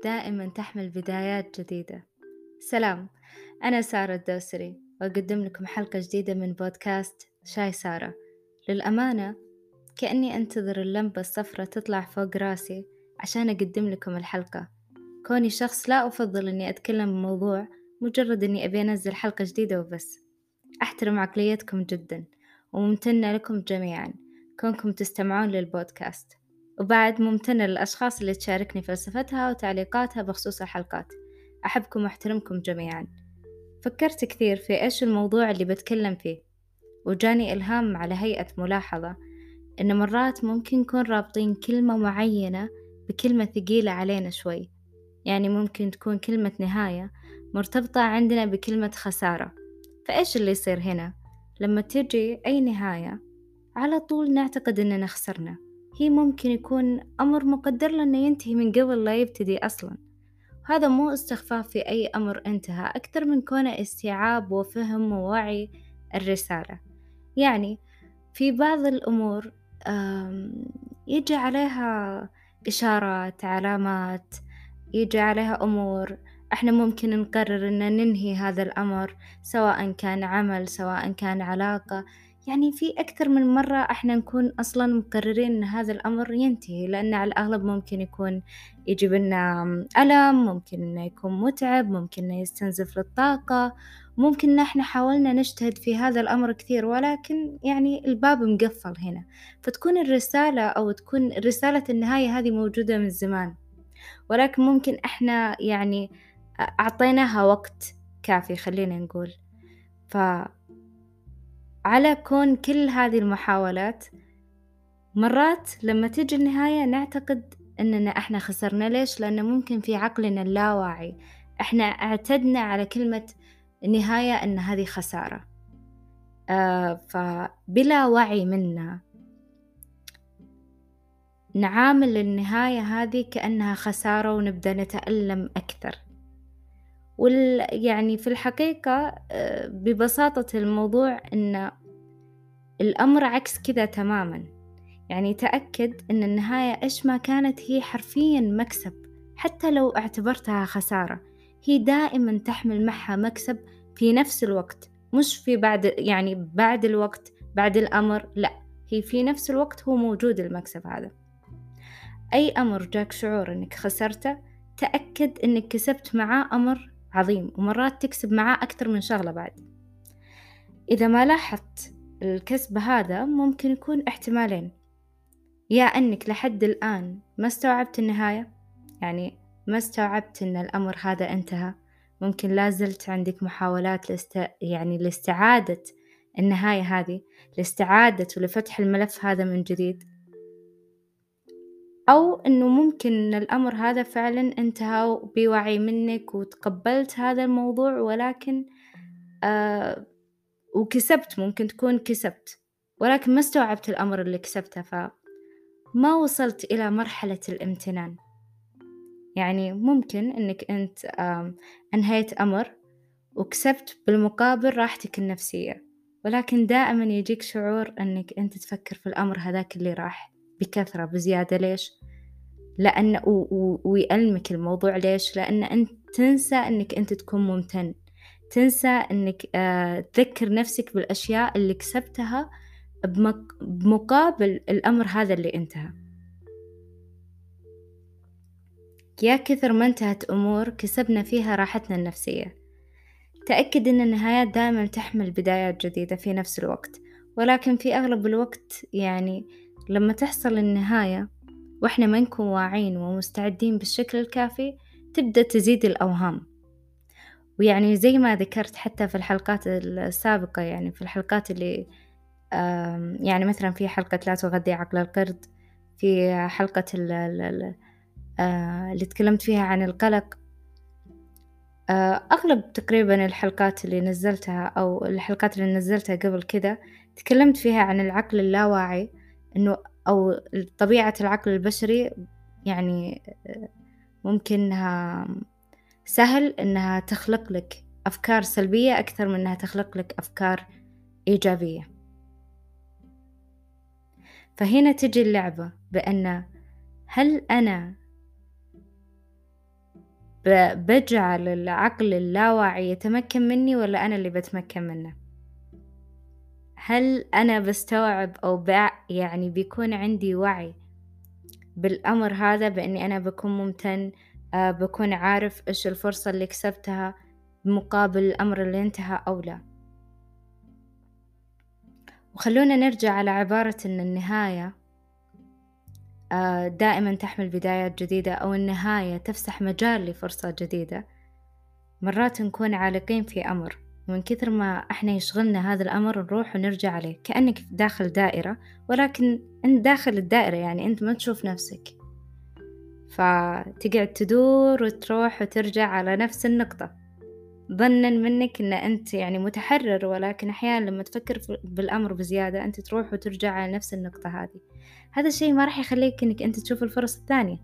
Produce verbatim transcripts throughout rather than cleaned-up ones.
دائما تحمل بدايات جديدة. سلام، أنا سارة الدوسري وأقدم لكم حلقة جديدة من بودكاست شاي سارة. للأمانة كأني أنتظر اللمبة الصفرة تطلع فوق راسي عشان أقدم لكم الحلقة. كوني شخص لا أفضل أني أتكلم بموضوع مجرد أني أبي أنزل حلقة جديدة وبس. أحترم عقليتكم جدا وممتنة لكم جميعا كونكم تستمعون للبودكاست، وبعد ممتنة للأشخاص اللي تشاركني فلسفتها وتعليقاتها بخصوص الحلقات. أحبكم وأحترمكم جميعا. فكرت كثير في إيش الموضوع اللي بتكلم فيه، وجاني إلهام على هيئة ملاحظة إن مرات ممكن نكون رابطين كلمة معينة بكلمة ثقيلة علينا شوي. يعني ممكن تكون كلمة نهاية مرتبطة عندنا بكلمة خسارة. فإيش اللي يصير هنا؟ لما تجي أي نهاية على طول نعتقد أننا خسرنا. هي ممكن يكون أمر مقدر لنا ينتهي من قبل لا يبتدي أصلا. هذا مو استخفاف في أي أمر انتهى، أكثر من كونه استيعاب وفهم ووعي الرسالة. يعني في بعض الأمور يجي عليها إشارات، علامات، يجي عليها أمور إحنا ممكن نقرر إن ننهي هذا الأمر، سواء كان عمل سواء كان علاقة. يعني في أكثر من مرة إحنا نكون أصلا مقررين إن هذا الأمر ينتهي، لأن على الأغلب ممكن يكون يجيب لنا ألم، ممكن إنه يكون متعب، ممكن إنه يستنزف للطاقة، ممكن إن إحنا حاولنا نجتهد في هذا الأمر كثير ولكن يعني الباب مقفل هنا. فتكون الرسالة أو تكون رسالة النهاية هذه موجودة من زمان، ولكن ممكن إحنا يعني أعطيناها وقت كافي خلينا نقول. فعلى كون كل هذه المحاولات، مرات لما تيجي النهاية نعتقد أننا إحنا خسرنا. ليش؟ لأنه ممكن في عقلنا اللاواعي إحنا اعتدنا على كلمة نهاية أن هذه خسارة. آه فبلا وعي منا نعامل النهاية هذه كأنها خسارة ونبدأ نتألم أكثر. وال يعني في الحقيقة ببساطة الموضوع إن الأمر عكس كذا تماماً. يعني تأكد إن النهاية إيش ما كانت هي حرفياً مكسب، حتى لو اعتبرتها خسارة هي دائماً تحمل معها مكسب في نفس الوقت، مش في بعد يعني بعد الوقت بعد الأمر، لا، هي في نفس الوقت هو موجود المكسب هذا. أي أمر جاك شعور إنك خسرته، تأكد إنك كسبت معاه أمر عظيم، ومرات تكسب معاه أكثر من شغلة بعد. إذا ما لاحظت الكسب هذا ممكن يكون احتمالين: يا أنك لحد الآن ما استوعبت النهاية، يعني ما استوعبت إن الأمر هذا انتهى، ممكن لازلت عندك محاولات لاست... يعني لاستعادة النهاية هذه، لاستعادة ولفتح الملف هذا من جديد. أو إنه ممكن إن الأمر هذا فعلاً انتهى بوعي منك وتقبلت هذا الموضوع، ولكن آه وكسبت، ممكن تكون كسبت ولكن ما استوعبت الأمر اللي كسبته، فما وصلت إلى مرحلة الامتنان. يعني ممكن إنك أنت أنهيت أمر وكسبت بالمقابل راحتك النفسية، ولكن دائما يجيك شعور أنك أنت تفكر في الأمر هذاك اللي راح بكثرة بزيادة. ليش؟ لأن و... و... ويألمك الموضوع. ليش؟ لأن أنت تنسى أنك أنت تكون ممتن، تنسى أنك آه تذكر نفسك بالأشياء اللي كسبتها بمق... بمقابل الأمر هذا اللي انتهى. يا كثر ما انتهت أمور كسبنا فيها راحتنا النفسية. تأكد أن النهايات دائما تحمل بدايات جديدة في نفس الوقت، ولكن في أغلب الوقت يعني لما تحصل النهاية وإحنا ما نكون واعين ومستعدين بالشكل الكافي، تبدأ تزيد الأوهام. ويعني زي ما ذكرت حتى في الحلقات السابقة، يعني في الحلقات اللي يعني مثلا في حلقة لا تغذي عقل القرد، في حلقة اللي تكلمت فيها عن القلق، أغلب تقريبا الحلقات اللي نزلتها أو الحلقات اللي نزلتها قبل كذا تكلمت فيها عن العقل اللاواعي، إنه أو طبيعة العقل البشري. يعني ممكن إنها سهل إنها تخلق لك أفكار سلبية أكثر من إنها تخلق لك أفكار إيجابية. فهنا تجي اللعبة بأن هل أنا ب باجعل العقل اللاواعي يتمكن منّي والّا أنا اللي باتمكن منّه؟ هل أنا باستوعب أو باع يعني بيكون عندي وعي بالأمر هذا بإني أنا باكون ممتن، آآ باكون عارف إيش الفرصة اللي كسبتها مقابل الأمر اللي انتهى أو لا. وخلّونا نرجع على عبارة إن النهاية آآ دائمًا تحمل بدايات جديدة أو النهاية تفسح مجال لفرصة جديدة. مرات نكون عالقين في أمر ومن كثر ما إحنا يشغلنا هذا الأمر نروح ونرجع عليه كأنك داخل دائرة، ولكن أنت داخل الدائرة يعني أنت ما تشوف نفسك، فتقعد تدور وتروح وترجع على نفس النقطة ظنا منك أن أنت يعني متحرر، ولكن أحيانا لما تفكر في- بالأمر بزيادة أنت تروح وترجع على نفس النقطة هذه. هذا الشيء ما راح يخليك أنك أنت تشوف الفرص الثانية،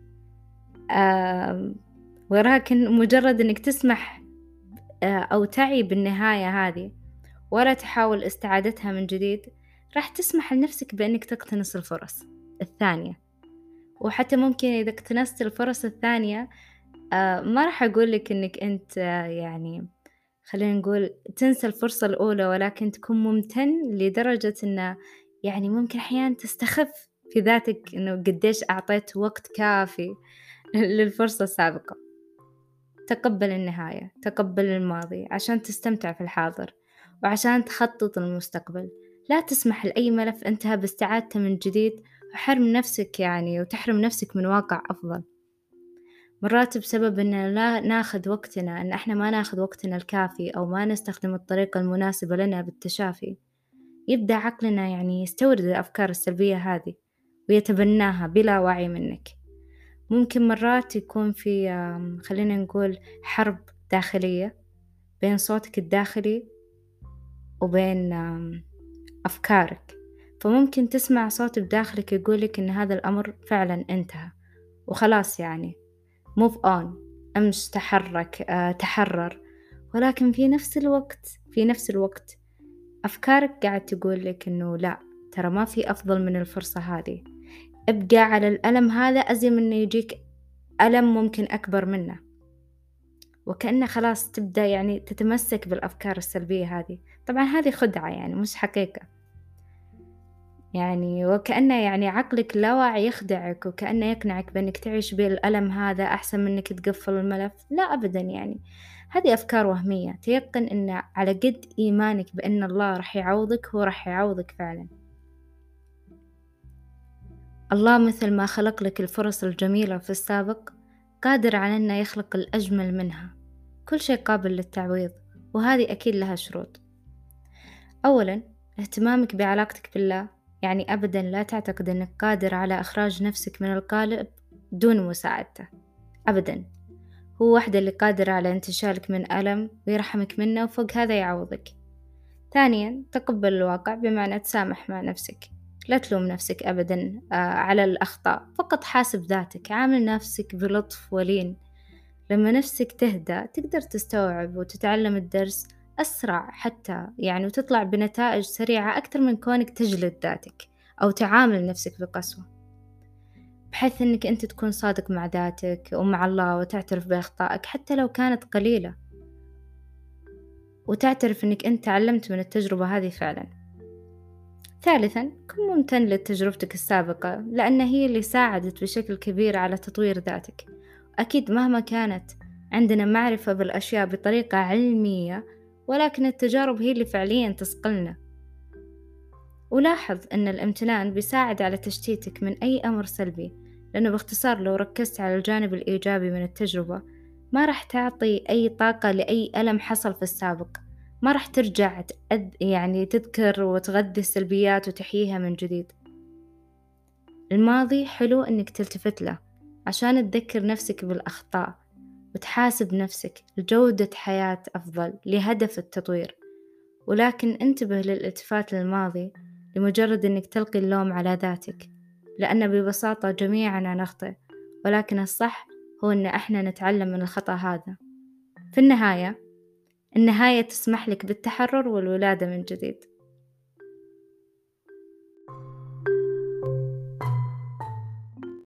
آم، ولكن مجرد أنك تسمح آه، أو تعي بالنهاية هذه ولا تحاول استعادتها من جديد، راح تسمح لنفسك بأنك تقتنص الفرص الثانية. وحتى ممكن إذا اقتنصت الفرص الثانية آه، ما راح أقولك أنك أنت آه، يعني خلينا نقول تنسى الفرصة الأولى، ولكن تكون ممتن لدرجة أنه يعني ممكن أحيانا تستخف في ذاتك أنه قديش أعطيت وقت كافي للفرصة السابقة. تقبل النهاية، تقبل الماضي عشان تستمتع في الحاضر وعشان تخطط المستقبل. لا تسمح لأي ملف انتهى باستعادته من جديد وحرم نفسك يعني وتحرم نفسك من واقع أفضل. مرات بسبب أن لا ناخذ وقتنا، أن احنا ما ناخذ وقتنا الكافي أو ما نستخدم الطريقة المناسبة لنا بالتشافي، يبدأ عقلنا يعني يستورد الأفكار السلبية هذه ويتبناها بلا وعي منك. ممكن مرات يكون في آم، خلينا نقول حرب داخلية بين صوتك الداخلي وبين آم، أفكارك، فممكن تسمع صوت بداخلك يقولك إن هذا الأمر فعلا انتهى وخلاص، يعني move on، أمش تحرك آه، تحرر. ولكن في نفس الوقت في نفس الوقت أفكارك قاعد تقولك إنه لا، ترى ما في أفضل من الفرصة هذه، ابقى على الألم هذا أزي من إنه يجيك ألم ممكن أكبر منه. وكأنه خلاص تبدأ يعني تتمسك بالأفكار السلبية هذه. طبعا هذه خدعة يعني مش حقيقة، يعني وكأنه يعني عقلك اللاواعي يخدعك وكأنه يقنعك بأنك تعيش بالألم هذا أحسن من أنك تقفل الملف. لا أبدا، يعني هذه أفكار وهمية. تيقن أن على قد إيمانك بأن الله رح يعوضك هو رح يعوضك فعلا. الله مثل ما خلق لك الفرص الجميلة في السابق قادر على أنه يخلق الأجمل منها. كل شيء قابل للتعويض، وهذه أكيد لها شروط. أولا، اهتمامك بعلاقتك بالله، يعني أبدا لا تعتقد أنك قادر على إخراج نفسك من القالب دون مساعدته أبدا. هو وحده اللي قادر على انتشالك من ألم ويرحمك منه وفوق هذا يعوضك. ثانيا، تقبل الواقع بمعنى تسامح مع نفسك. لا تلوم نفسك أبدا آه على الأخطاء، فقط حاسب ذاتك، عامل نفسك بلطف ولين. لما نفسك تهدى تقدر تستوعب وتتعلم الدرس أسرع حتى يعني، وتطلع بنتائج سريعة أكثر من كونك تجلد ذاتك أو تعامل نفسك بقسوة. بحيث أنك أنت تكون صادق مع ذاتك ومع الله وتعترف بأخطائك حتى لو كانت قليلة، وتعترف أنك أنت تعلمت من التجربة هذه فعلا. ثالثا، كن ممتن لتجربتك السابقة لأن هي اللي ساعدت بشكل كبير على تطوير ذاتك. أكيد مهما كانت عندنا معرفة بالأشياء بطريقة علمية، ولكن التجارب هي اللي فعليا تصقلنا. ولاحظ أن الامتنان بيساعد على تشتيتك من أي أمر سلبي، لأنه باختصار لو ركزت على الجانب الإيجابي من التجربة ما راح تعطي أي طاقة لأي ألم حصل في السابق. ما راح ترجع تأد يعني تذكر وتغذي السلبيات وتحييها من جديد. الماضي حلو أنك تلتفت له عشان تذكر نفسك بالأخطاء وتحاسب نفسك لجودة حياة أفضل لهدف التطوير. ولكن انتبه للالتفات للماضي لمجرد أنك تلقي اللوم على ذاتك، لأن ببساطة جميعنا نخطئ، ولكن الصح هو أن احنا نتعلم من الخطأ هذا. في النهاية النهاية تسمح لك بالتحرر والولادة من جديد.